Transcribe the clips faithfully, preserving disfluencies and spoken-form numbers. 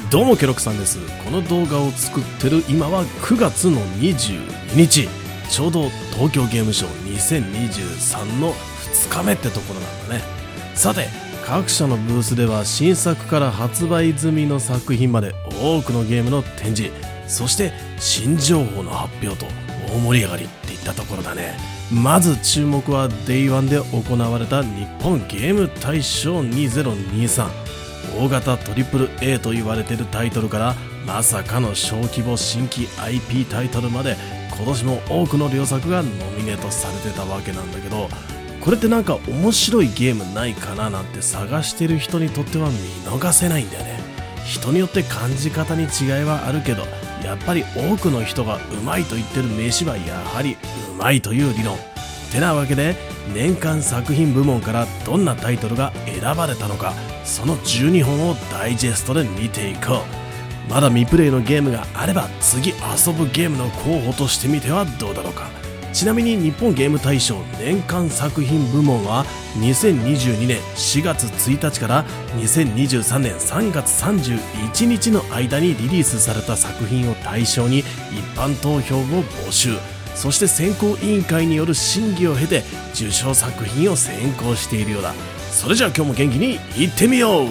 どうもケロクさんです。この動画を作ってる今はくがつのにじゅうににち、ちょうど東京ゲームショウにせんにじゅうさんのふつかめってところなんだね。さて、各社のブースでは新作から発売済みの作品まで多くのゲームの展示、そして新情報の発表と大盛り上がりっていったところだね。まず注目は デイワン で行われた日本ゲーム大賞にせんにじゅうさん。大型 トリプルエー と言われているタイトルからまさかの小規模新規 アイピー タイトルまで、今年も多くの良作がノミネートされてたわけなんだけど、これってなんか面白いゲームないかななんて探してる人にとっては見逃せないんだよね。人によって感じ方に違いはあるけど、やっぱり多くの人がうまいと言ってる飯はやはりうまいという理論てなわけで、年間作品部門からどんなタイトルが選ばれたのか、そのじゅうにほんをダイジェストで見ていこう。まだ未プレイのゲームがあれば次遊ぶゲームの候補としてみてはどうだろうか。ちなみに日本ゲーム大賞年間作品部門はにせんにじゅうにねんしがつついたちからにせんにじゅうさんねんさんがつさんじゅういちにちの間にリリースされた作品を対象に一般投票を募集、そして選考委員会による審議を経て受賞作品を選考しているようだ。それじゃあ今日も元気にいってみよう。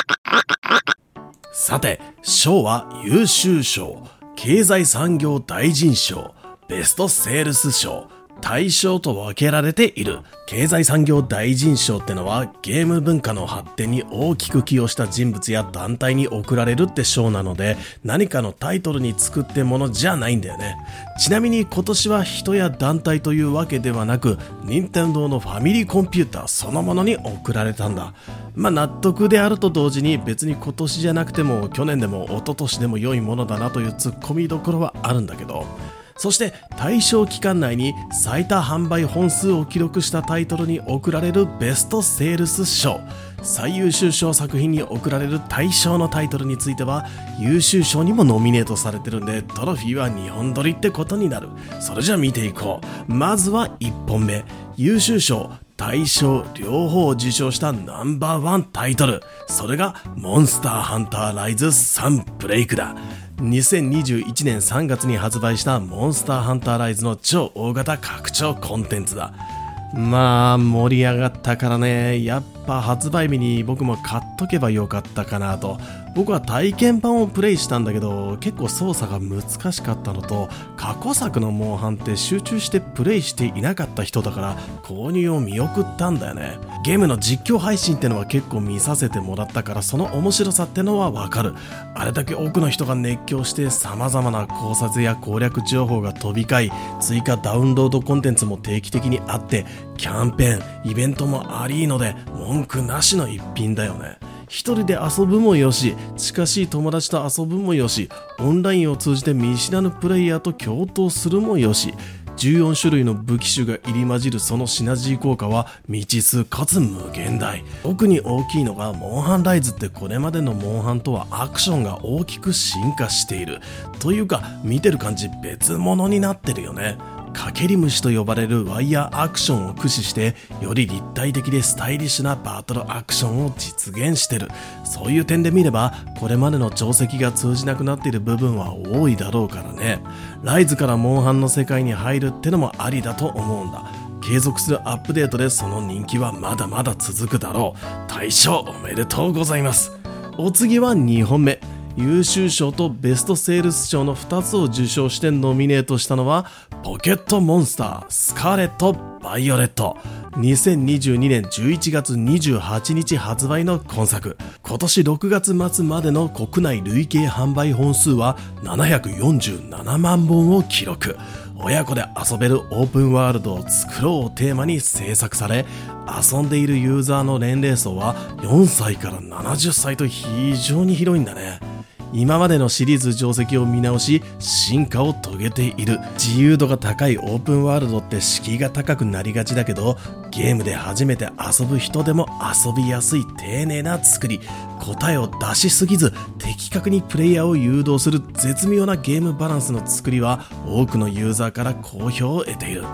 さて、賞は優秀賞、経済産業大臣賞、ベストセールス賞、大賞と分けられている。経済産業大臣賞ってのはゲーム文化の発展に大きく寄与した人物や団体に贈られるって賞なので、何かのタイトルに作ってものじゃないんだよね。ちなみに今年は人や団体というわけではなく、任天堂のファミリーコンピューターそのものに贈られたんだ。まあ納得であると同時に、別に今年じゃなくても去年でも一昨年でも良いものだなというツッコミどころはあるんだけど、そして対象期間内に最多販売本数を記録したタイトルに贈られるベストセールス賞、最優秀賞作品に贈られる大賞のタイトルについては優秀賞にもノミネートされてるんで、トロフィーはにほん取りってことになる。それじゃあ見ていこう。まずはいっぽんめ、優秀賞大賞両方を受賞したナンバーワンタイトル、それがモンスターハンターライズサンブレイクだ。にせんにじゅういちねんさんがつに発売したモンスターハンターライズの超大型拡張コンテンツだ。まあ盛り上がったからね、やっぱ発売日に僕も買っとけばよかったかなと。僕は体験版をプレイしたんだけど、結構操作が難しかったのと、過去作のモンハンって集中してプレイしていなかった人だから購入を見送ったんだよね。ゲームの実況配信ってのは結構見させてもらったから、その面白さってのはわかる。あれだけ多くの人が熱狂して様々な考察や攻略情報が飛び交い、追加ダウンロードコンテンツも定期的にあって、キャンペーンイベントもありので文句なしの一品だよね。一人で遊ぶもよし、近しい友達と遊ぶもよし、オンラインを通じて見知らぬプレイヤーと共闘するもよし、じゅうよんしゅるいの武器種が入り混じるそのシナジー効果は未知数かつ無限大。特に大きいのがモンハンライズって、これまでのモンハンとはアクションが大きく進化しているというか、見てる感じ別物になってるよね。かけり虫と呼ばれるワイヤーアクションを駆使して、より立体的でスタイリッシュなバトルアクションを実現してる。そういう点で見ればこれまでの定石が通じなくなっている部分は多いだろうからね。ライズからモンハンの世界に入るってのもありだと思うんだ。継続するアップデートでその人気はまだまだ続くだろう。大賞おめでとうございます。お次はにほんめ、優秀賞とベストセールス賞のふたつを受賞してノミネートしたのはポケットモンスタースカーレット・バイオレット。にせんにじゅうにねんじゅういちがつにじゅうはちにち発売の今作。今年ろくがつまつまでの国内累計販売本数はななひゃくよんじゅうななまんぼんを記録。親子で遊べるオープンワールドを作ろうをテーマに制作され、遊んでいるユーザーの年齢層はよんさいからななじゅっさいと非常に広いんだね。今までのシリーズ定石を見直し進化を遂げている。自由度が高いオープンワールドって敷居が高くなりがちだけど、ゲームで初めて遊ぶ人でも遊びやすい丁寧な作り、答えを出しすぎず的確にプレイヤーを誘導する絶妙なゲームバランスの作りは多くのユーザーから好評を得ている。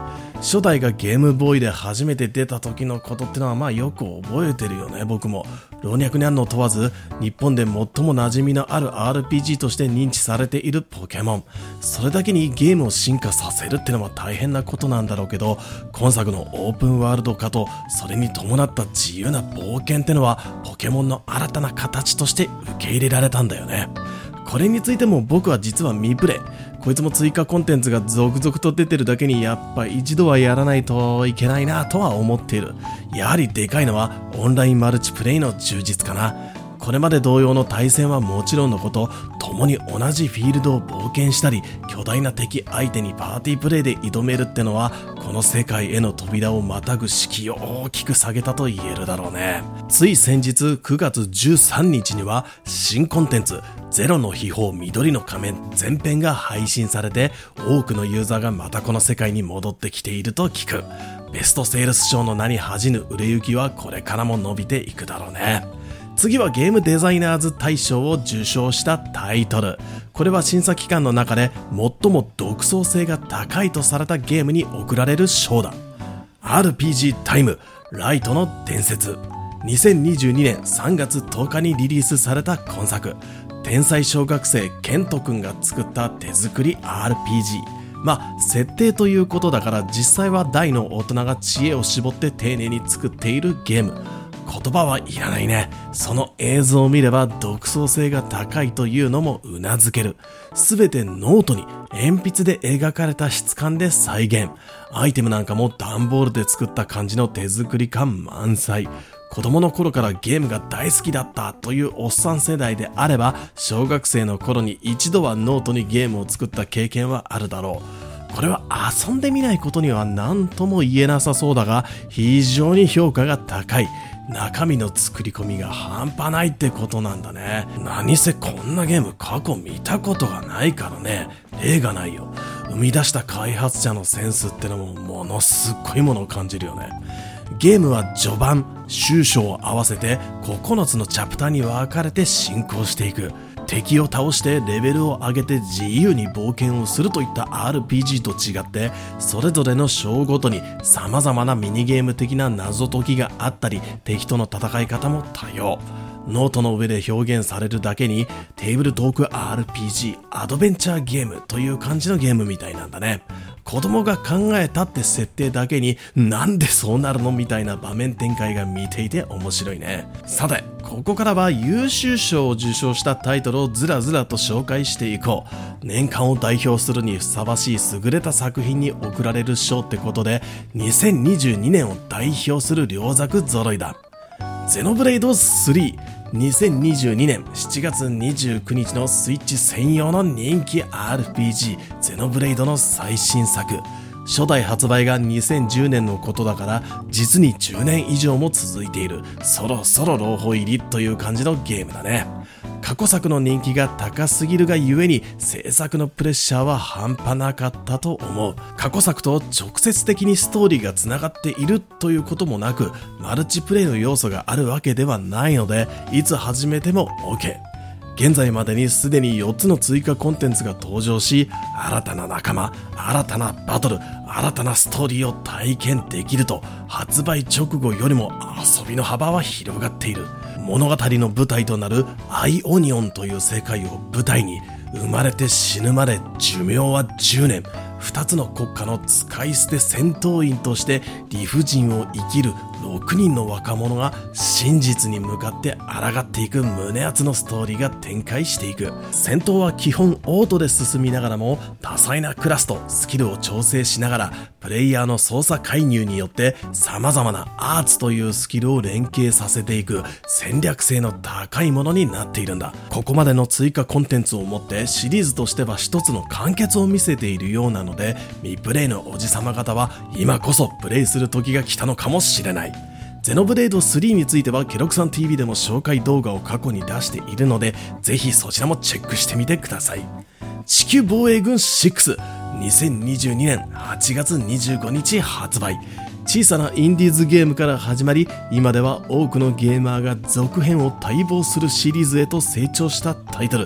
初代がゲームボーイで初めて出た時のことってのはまあよく覚えてるよね。僕も老若男女問わず日本で最も馴染みのある アールピージー として認知されているポケモン。それだけにゲームを進化させるってのは大変なことなんだろうけど、今作のオープンワールド化とそれに伴った自由な冒険ってのはポケモンの新たな形として受け入れられたんだよね。これについても僕は実は未プレイ、こいつも追加コンテンツが続々と出てるだけにやっぱ一度はやらないといけないなとは思っている。やはりでかいのはオンラインマルチプレイの充実かな。これまで同様の対戦はもちろんのこと、共に同じフィールドを冒険したり、巨大な敵相手にパーティープレイで挑めるってのは、この世界への扉をまたぐ敷居を大きく下げたと言えるだろうね。つい先日くがつじゅうさんにちには新コンテンツゼロの秘宝緑の仮面前編が配信されて、多くのユーザーがまたこの世界に戻ってきていると聞く。ベストセールス賞の名に恥じぬ売れ行きはこれからも伸びていくだろうね。次はゲームデザイナーズ大賞を受賞したタイトル。これは審査機関の中で最も独創性が高いとされたゲームに贈られる賞だ。 アールピージー タイムライトの伝説。にせんにじゅうにねんさんがつとおかにリリースされた今作。天才小学生ケント君が作った手作り アールピージー。まあ設定ということだから実際は大の大人が知恵を絞って丁寧に作っているゲーム。言葉はいらないね。その映像を見れば独創性が高いというのもうなずける。すべてノートに鉛筆で描かれた質感で再現。アイテムなんかも段ボールで作った感じの手作り感満載。子供の頃からゲームが大好きだったというおっさん世代であれば、小学生の頃に一度はノートにゲームを作った経験はあるだろう。これは遊んでみないことには何とも言えなさそうだが、非常に評価が高い。中身の作り込みが半端ないってことなんだね。何せこんなゲーム過去見たことがないからね。例がないよ。生み出した開発者のセンスってのもものすっごいものを感じるよね。ゲームは序盤、終章を合わせてここのつのチャプターに分かれて進行していく。敵を倒してレベルを上げて自由に冒険をするといった アールピージー と違って、それぞれの章ごとに様々なミニゲーム的な謎解きがあったり、敵との戦い方も多様。ノートの上で表現されるだけにテーブルトーク アールピージー アドベンチャーゲームという感じのゲームみたいなんだね。子供が考えたって設定だけになんでそうなるのみたいな場面展開が見ていて面白いね。さてここからは優秀賞を受賞したタイトルをずらずらと紹介していこう。年間を代表するにふさわしい優れた作品に贈られる賞ってことで、にせんにじゅうにねんを代表する良作揃いだ。ゼノブレイドスリー。にせんにじゅうにねんしちがつにじゅうくにちのスイッチ専用の人気 アールピージー ゼノブレイドの最新作。初代発売がにせんじゅうねんのことだから実にじゅうねん以上も続いている。そろそろ朗報入りという感じのゲームだね。過去作の人気が高すぎるがゆえに制作のプレッシャーは半端なかったと思う。過去作と直接的にストーリーがつながっているということもなく、マルチプレイの要素があるわけではないので、いつ始めても OK。現在までにすでによっつの追加コンテンツが登場し、新たな仲間、新たなバトル、新たなストーリーを体験できると、発売直後よりも遊びの幅は広がっている。物語の舞台となるアイオニオンという世界を舞台に、生まれて死ぬまで寿命はじゅうねん。二つの国家の使い捨て戦闘員として理不尽を生きるろくにんの若者が真実に向かって抗っていく胸熱のストーリーが展開していく。戦闘は基本オートで進みながらも、多彩なクラスとスキルを調整しながらプレイヤーの操作介入によって様々なアーツというスキルを連携させていく戦略性の高いものになっているんだ。ここまでの追加コンテンツをもってシリーズとしては一つの完結を見せているようなので、未プレイのおじさま方は今こそプレイする時が来たのかもしれない。ゼノブレイドスリーについてはケロクさん ティーブイ でも紹介動画を過去に出しているので、ぜひそちらもチェックしてみてください。地球防衛軍ろく、にせんにじゅうにねんはちがつにじゅうごにち発売。小さなインディーズゲームから始まり、今では多くのゲーマーが続編を待望するシリーズへと成長したタイトル。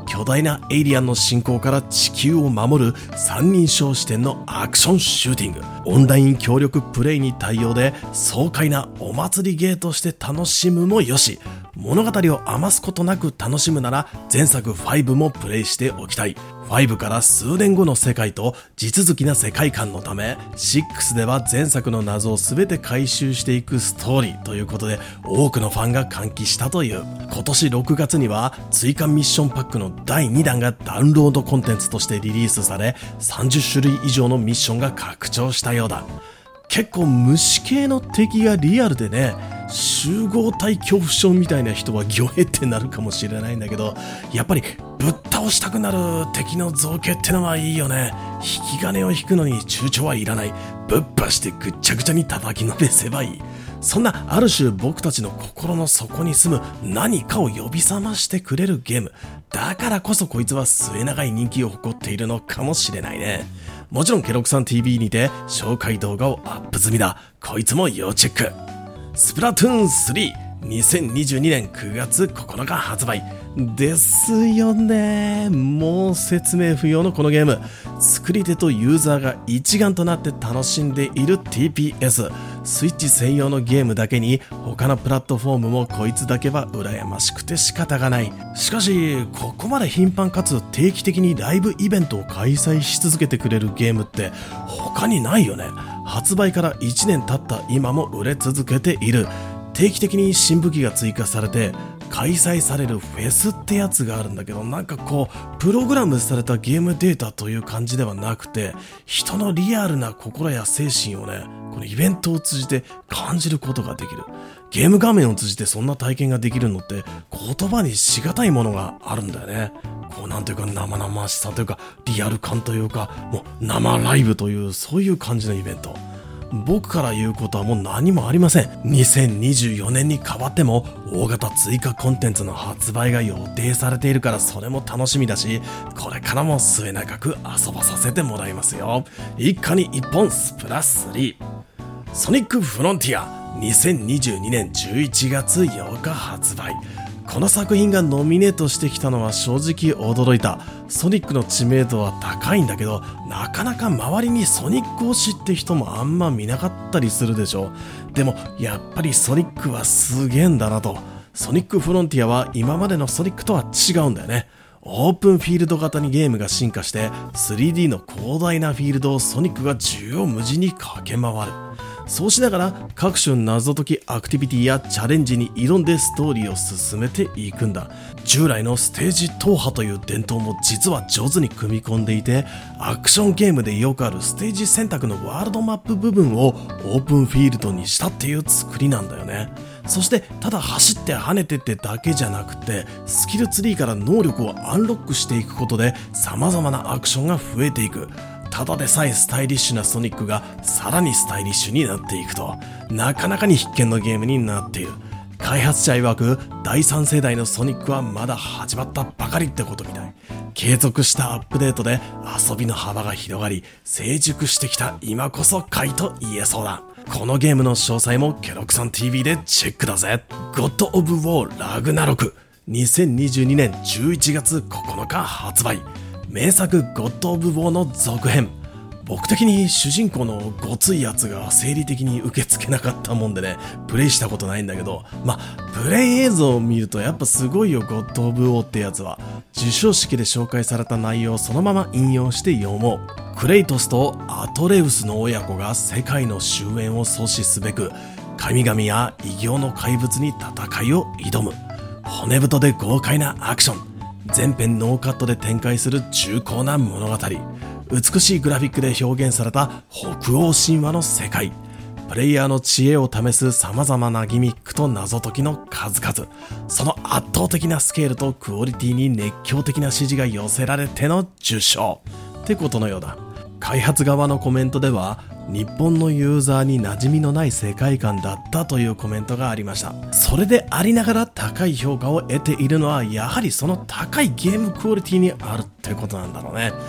巨大なエイリアンの侵攻から地球を守る三人称視点のアクションシューティング。オンライン協力プレイに対応で爽快なお祭りゲーとして楽しむもよし、物語を余すことなく楽しむなら前作ごもプレイしておきたい。ごから数年後の世界と地続きな世界観のため、ろくでは前作の謎を全て回収していくストーリーということで多くのファンが歓喜したという。今年ろくがつには追加ミッションパックのだいにだんがダウンロードコンテンツとしてリリースされ、さんじゅっしゅるい以上のミッションが拡張したようだ。結構虫系の敵がリアルでね、集合体恐怖症みたいな人はギョエってなるかもしれないんだけど、やっぱりぶっ倒したくなる敵の造形ってのはいいよね。引き金を引くのに躊躇はいらない。ぶっ破してぐっちゃぐちゃに叩きのめせばいい。そんなある種僕たちの心の底に住む何かを呼び覚ましてくれるゲームだからこそ、こいつは末永い人気を誇っているのかもしれないね。もちろんケロクさん ティーブイ にて紹介動画をアップ済みだ。こいつも要チェック。スプラトゥーンスリーにせんにじゅうにねんくがつここのか発売ですよね。もう説明不要のこのゲーム、作り手とユーザーが一丸となって楽しんでいる ティーピーエス。 スイッチ専用のゲームだけに他のプラットフォームもこいつだけは羨ましくて仕方がない。しかしここまで頻繁かつ定期的にライブイベントを開催し続けてくれるゲームって他にないよね。発売からいちねん経った今も売れ続けている。定期的に新武器が追加されて開催されるフェスってやつがあるんだけど、なんかこうプログラムされたゲームデータという感じではなくて、人のリアルな心や精神をね、このイベントを通じて感じることができる。ゲーム画面を通じてそんな体験ができるのって言葉にしがたいものがあるんだよね。こうなんというか生々しさというかリアル感というか、もう生ライブというそういう感じのイベント。僕から言うことはもう何もありません。にせんにじゅうよねんに変わっても大型追加コンテンツの発売が予定されているから、それも楽しみだし、これからも末永く遊ばさせてもらいますよ。一家に一本スプラスリー。ソニックフロンティアにせんにじゅうにねんじゅういちがつようか発売。この作品がノミネートしてきたのは正直驚いた。ソニックの知名度は高いんだけど、なかなか周りにソニック推しって人もあんま見なかったりするでしょ。でもやっぱりソニックはすげえんだなと。ソニックフロンティアは今までのソニックとは違うんだよね。オープンフィールド型にゲームが進化して スリーディー の広大なフィールドをソニックが縦横無尽に駆け回る。そうしながら各種謎解きアクティビティやチャレンジに挑んでストーリーを進めていくんだ。従来のステージ踏破という伝統も実は上手に組み込んでいて、アクションゲームでよくあるステージ選択のワールドマップ部分をオープンフィールドにしたっていう作りなんだよね。そしてただ走って跳ねてってだけじゃなくて、スキルツリーから能力をアンロックしていくことで様々なアクションが増えていく。ただでさえスタイリッシュなソニックがさらにスタイリッシュになっていくと、なかなかに必見のゲームになっている。開発者曰くだいさん世代のソニックはまだ始まったばかりってことみたい。継続したアップデートで遊びの幅が広がり、成熟してきた今こそ回と言えそうだ。このゲームの詳細もケロクさん ティーブイ でチェックだぜ。ゴッド・オブ・ウォー・ラグナロクにせんにじゅうにねんじゅういちがつここのか発売。名作ゴッド・オブ・ウォーの続編。僕的に主人公のごついやつが生理的に受け付けなかったもんでね、プレイしたことないんだけど、まあプレイ映像を見るとやっぱすごいよ。ゴッド・オブ・ウォーってやつは授賞式で紹介された内容をそのまま引用して読もう。クレイトスとアトレウスの親子が世界の終焉を阻止すべく神々や異形の怪物に戦いを挑む。骨太で豪快なアクション、全編ノーカットで展開する重厚な物語、美しいグラフィックで表現された北欧神話の世界、プレイヤーの知恵を試す様々なギミックと謎解きの数々、その圧倒的なスケールとクオリティに熱狂的な支持が寄せられての受賞ってことのようだ。開発側のコメントでは、日本のユーザーに馴染みのない世界観だったというコメントがありました。それでありながら高い評価を得ているのは、やはりその高いゲームクオリティにあるってことなんだろうね。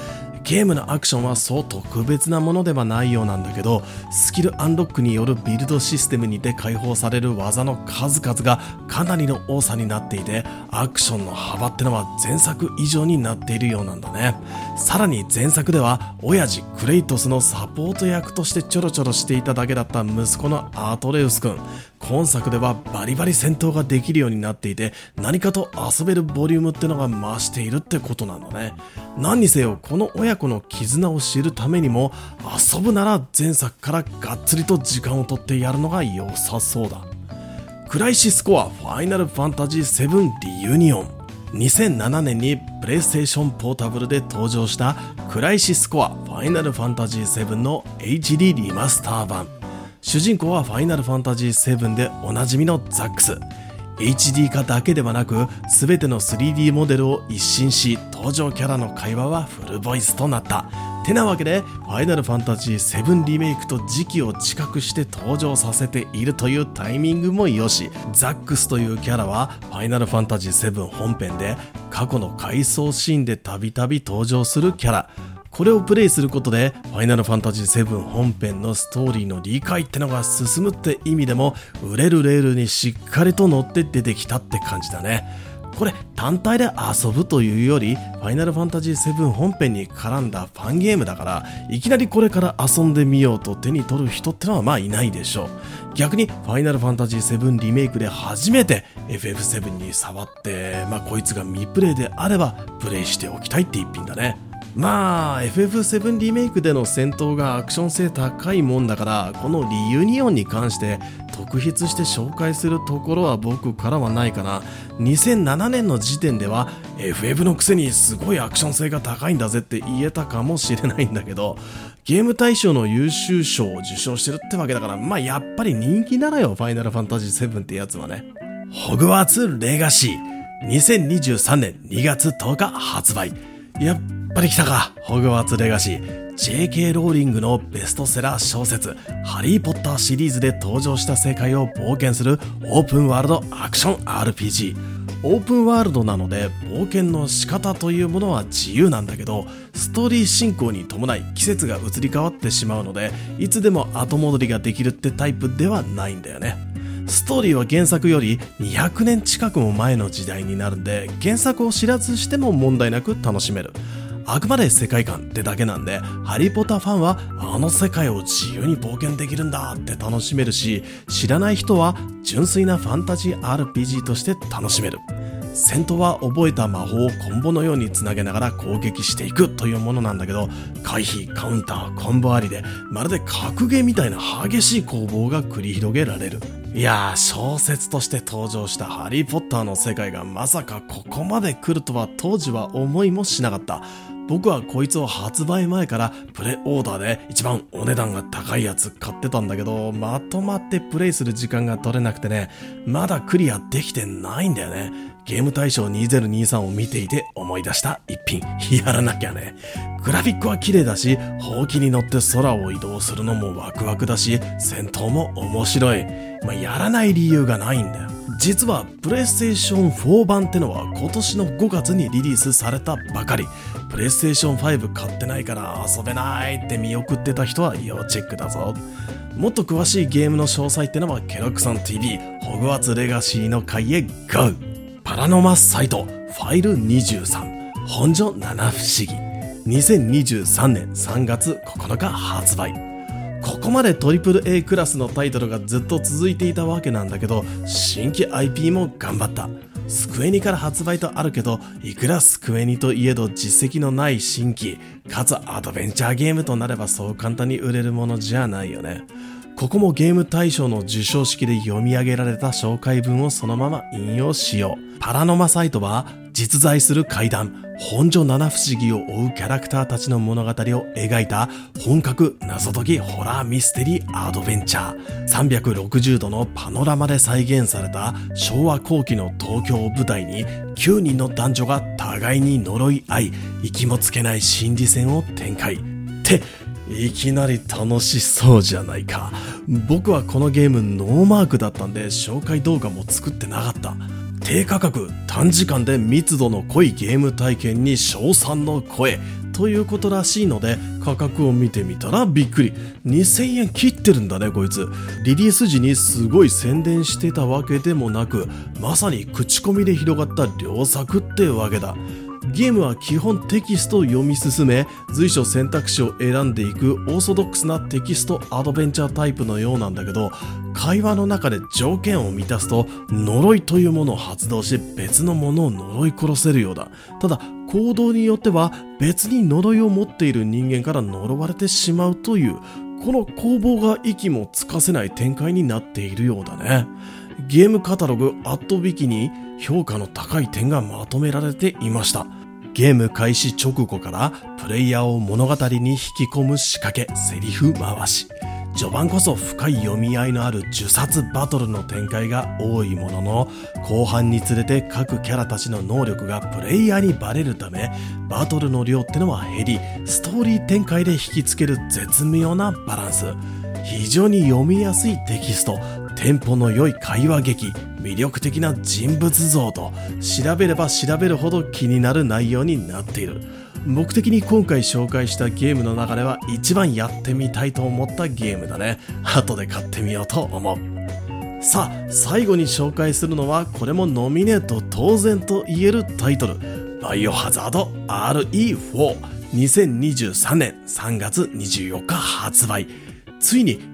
ゲームのアクションはそう特別なものではないようなんだけど、スキルアンロックによるビルドシステムにて解放される技の数々がかなりの多さになっていて、アクションの幅ってのは前作以上になっているようなんだね。さらに前作では親父クレイトスのサポート役としてちょろちょろしていただけだった息子のアトレウス君、今作ではバリバリ戦闘ができるようになっていて、何かと遊べるボリュームってのが増しているってことなんだね。何にせよこの親子の絆を知るためにも、遊ぶなら前作からがっつりと時間をとってやるのが良さそうだ。クライシスコアファイナルファンタジーセブンリユニオン。にせんななねんにプレイステーションポータブルで登場したクライシスコアファイナルファンタジーセブンの エイチディー リマスター版。主人公はファイナルファンタジーセブンでおなじみのザックス。エイチディー 化だけではなく、すべての スリーディー モデルを一新し、登場キャラの会話はフルボイスとなった。てなわけで、ファイナルファンタジーセブンリメイクと時期を近くして登場させているというタイミングもよし、ザックスというキャラは、ファイナルファンタジーセブン本編で、過去の回想シーンでたびたび登場するキャラ。これをプレイすることで、ファイナルファンタジーセブン本編のストーリーの理解ってのが進むって意味でも、売れるレールにしっかりと乗って出てきたって感じだね。これ単体で遊ぶというより、ファイナルファンタジーセブン本編に絡んだファンゲームだから、いきなりこれから遊んでみようと手に取る人ってのはまあいないでしょう。逆にファイナルファンタジーセブンリメイクで初めて エフエフセブン に触って、まあこいつが未プレイであればプレイしておきたいって一品だね。まあ エフエフセブン リメイクでの戦闘がアクション性高いもんだから、このリユニオンに関して特筆して紹介するところは僕からはないかな。にせんななねんの時点では エフエフ のくせにすごいアクション性が高いんだぜって言えたかもしれないんだけど、ゲーム大賞の優秀賞を受賞してるってわけだから、まあやっぱり人気なのよ、ファイナルファンタジーセブンってやつはね。ホグワーツレガシーにせんにじゅうさんねんにがつとおか発売。やっぱり来たか、ホグワーツレガシー。ジェーケー ローリングのベストセラー小説ハリーポッターシリーズで登場した世界を冒険するオープンワールドアクション アールピージー。オープンワールドなので冒険の仕方というものは自由なんだけど、ストーリー進行に伴い季節が移り変わってしまうので、いつでも後戻りができるってタイプではないんだよね。ストーリーは原作よりにひゃくねん近くも前の時代になるんで、原作を知らずしても問題なく楽しめる。あくまで世界観ってだけなんで、ハリーポッターファンはあの世界を自由に冒険できるんだって楽しめるし、知らない人は純粋なファンタジー アールピージー として楽しめる。戦闘は覚えた魔法をコンボのようにつなげながら攻撃していくというものなんだけど、回避、カウンター、コンボありでまるで格ゲーみたいな激しい攻防が繰り広げられる。いやー、小説として登場したハリーポッターの世界がまさかここまで来るとは当時は思いもしなかった。僕はこいつを発売前からプレオーダーで一番お値段が高いやつ買ってたんだけど、まとまってプレイする時間が取れなくてね、まだクリアできてないんだよね。ゲーム大賞にせんにじゅうさんを見ていて思い出した一品。やらなきゃね。グラフィックは綺麗だし、ほうきに乗って空を移動するのもワクワクだし、戦闘も面白い。まあ、やらない理由がないんだよ。実はプレイステーションフォー版ってのは今年のごがつにリリースされたばかり。プレイステーションファイブ買ってないから遊べないって見送ってた人は要チェックだぞ。もっと詳しいゲームの詳細ってのはケロックさん ティーブイ ホグワーツレガシーの回へ ゴー。 パラノマサイトファイルにじゅうさん本所七不思議にせんにじゅうさんねんさんがつここのか発売。ここまで トリプルエー クラスのタイトルがずっと続いていたわけなんだけど、新規 アイピー も頑張った。スクエニから発売とあるけど、いくらスクエニといえど実績のない新規かつアドベンチャーゲームとなればそう簡単に売れるものじゃないよね。ここもゲーム大賞の授賞式で読み上げられた紹介文をそのまま引用しよう。パラノマサイトは実在する怪談本所七不思議を追うキャラクターたちの物語を描いた本格謎解きホラーミステリーアドベンチャー。さんびゃくろくじゅうどのパノラマで再現された昭和後期の東京を舞台にきゅうにんの男女が互いに呪い合い、息もつけない心理戦を展開っていきなり楽しそうじゃないか。僕はこのゲームノーマークだったんで紹介動画も作ってなかった。低価格短時間で密度の濃いゲーム体験に称賛の声とということらしいので、価格を見てみたらびっくり。にせんえん切ってるんだねこいつ。リリース時にすごい宣伝してたわけでもなく、まさに口コミで広がった良作ってわけだ。ゲームは基本テキストを読み進め、随所選択肢を選んでいくオーソドックスなテキストアドベンチャータイプのようなんだけど、会話の中で条件を満たすと呪いというものを発動し、別のものを呪い殺せるようだ。ただ行動によっては別に呪いを持っている人間から呪われてしまうという、この攻防が息もつかせない展開になっているようだね。ゲームカタログアットビキに評価の高い点がまとめられていました。ゲーム開始直後からプレイヤーを物語に引き込む仕掛け、セリフ回し。序盤こそ深い読み合いのある呪殺バトルの展開が多いものの、後半につれて各キャラたちの能力がプレイヤーにバレるため、バトルの量ってのは減り、ストーリー展開で引きつける絶妙なバランス。非常に読みやすいテキスト、テンポの良い会話劇、魅力的な人物像と、調べれば調べるほど気になる内容になっている。僕的に今回紹介したゲームの中では一番やってみたいと思ったゲームだね。後で買ってみようと思う。さあ、最後に紹介するのは、これもノミネート当然と言えるタイトル。バイオハザード アールイーフォー。にせんにじゅうさんねんさんがつにじゅうよっか発売。ついに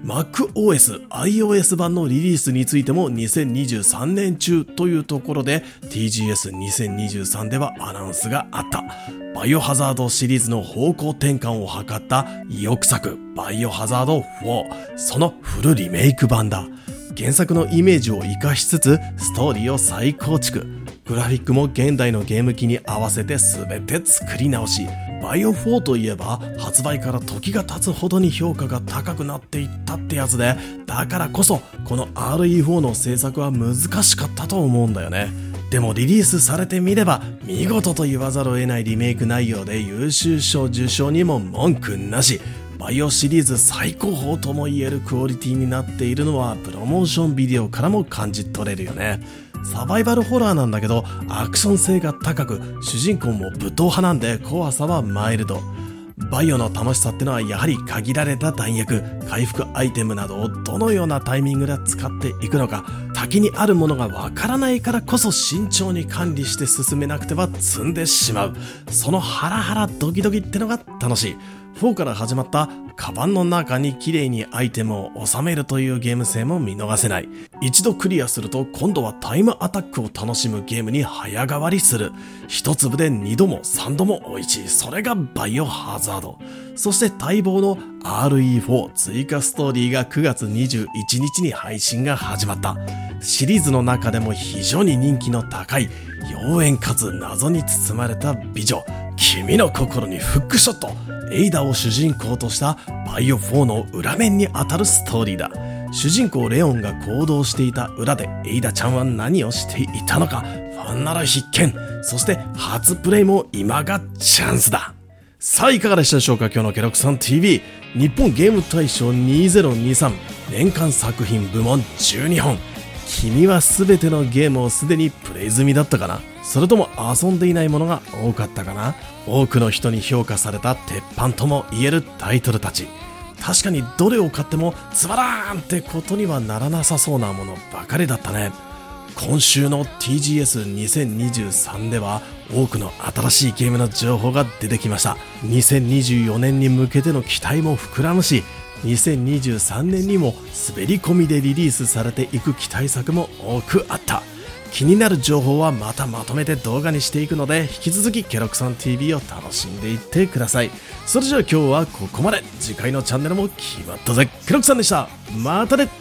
MacOS、iOS 版のリリースについてもにせんにじゅうさんねん中というところで ティージーエスにせんにじゅうさん ではアナウンスがあった。バイオハザードシリーズの方向転換を図った意欲作バイオハザードフォー、そのフルリメイク版だ。原作のイメージを活かしつつストーリーを再構築。グラフィックも現代のゲーム機に合わせて全て作り直し。バイオフォーといえば発売から時が経つほどに評価が高くなっていったってやつで、だからこそこの アールイーフォー の制作は難しかったと思うんだよね。でもリリースされてみれば見事と言わざるを得ないリメイク内容で優秀賞受賞にも文句なし。バイオシリーズ最高峰とも言えるクオリティになっているのはプロモーションビデオからも感じ取れるよね。サバイバルホラーなんだけどアクション性が高く、主人公も武闘派なんで怖さはマイルド。バイオの楽しさってのはやはり限られた弾薬、回復アイテムなどをどのようなタイミングで使っていくのか、先にあるものがわからないからこそ慎重に管理して進めなくては積んでしまう。そのハラハラドキドキってのが楽しい。フォーから始まったカバンの中に綺麗にアイテムを収めるというゲーム性も見逃せない。一度クリアすると今度はタイムアタックを楽しむゲームに早変わりする。一粒で二度も三度も美味しい。それがバイオハザード。そして待望の アールイーフォー 追加ストーリーがくがつにじゅういちにちに配信が始まった。シリーズの中でも非常に人気の高い、妖艶かつ謎に包まれた美女。君の心にフックショット。エイダを主人公としたバイオフォーの裏面にあたるストーリーだ。主人公レオンが行動していた裏でエイダちゃんは何をしていたのか、ファンなら必見。そして初プレイも今がチャンスだ。さあいかがでしたでしょうか。今日のケロクさん ティーブイ 日本ゲーム大賞にせんにじゅうさん年間作品部門じゅうにほん。君は全てのゲームをすでにプレイ済みだったかな、それとも遊んでいないものが多かったかな。多くの人に評価された鉄板とも言えるタイトルたち。確かにどれを買ってもつまらんってことにはならなさそうなものばかりだったね。今週の ティージーエスにせんにじゅうさん では多くの新しいゲームの情報が出てきました。にせんにじゅうよねんに向けての期待も膨らむし、にせんにじゅうさんねんにも滑り込みでリリースされていく期待作も多くあった。気になる情報はまたまとめて動画にしていくので、引き続きケロクさん ティーブイ を楽しんでいってください。それじゃあ今日はここまで。次回のチャンネルも決まったぜ。ケロクさんでした。またね。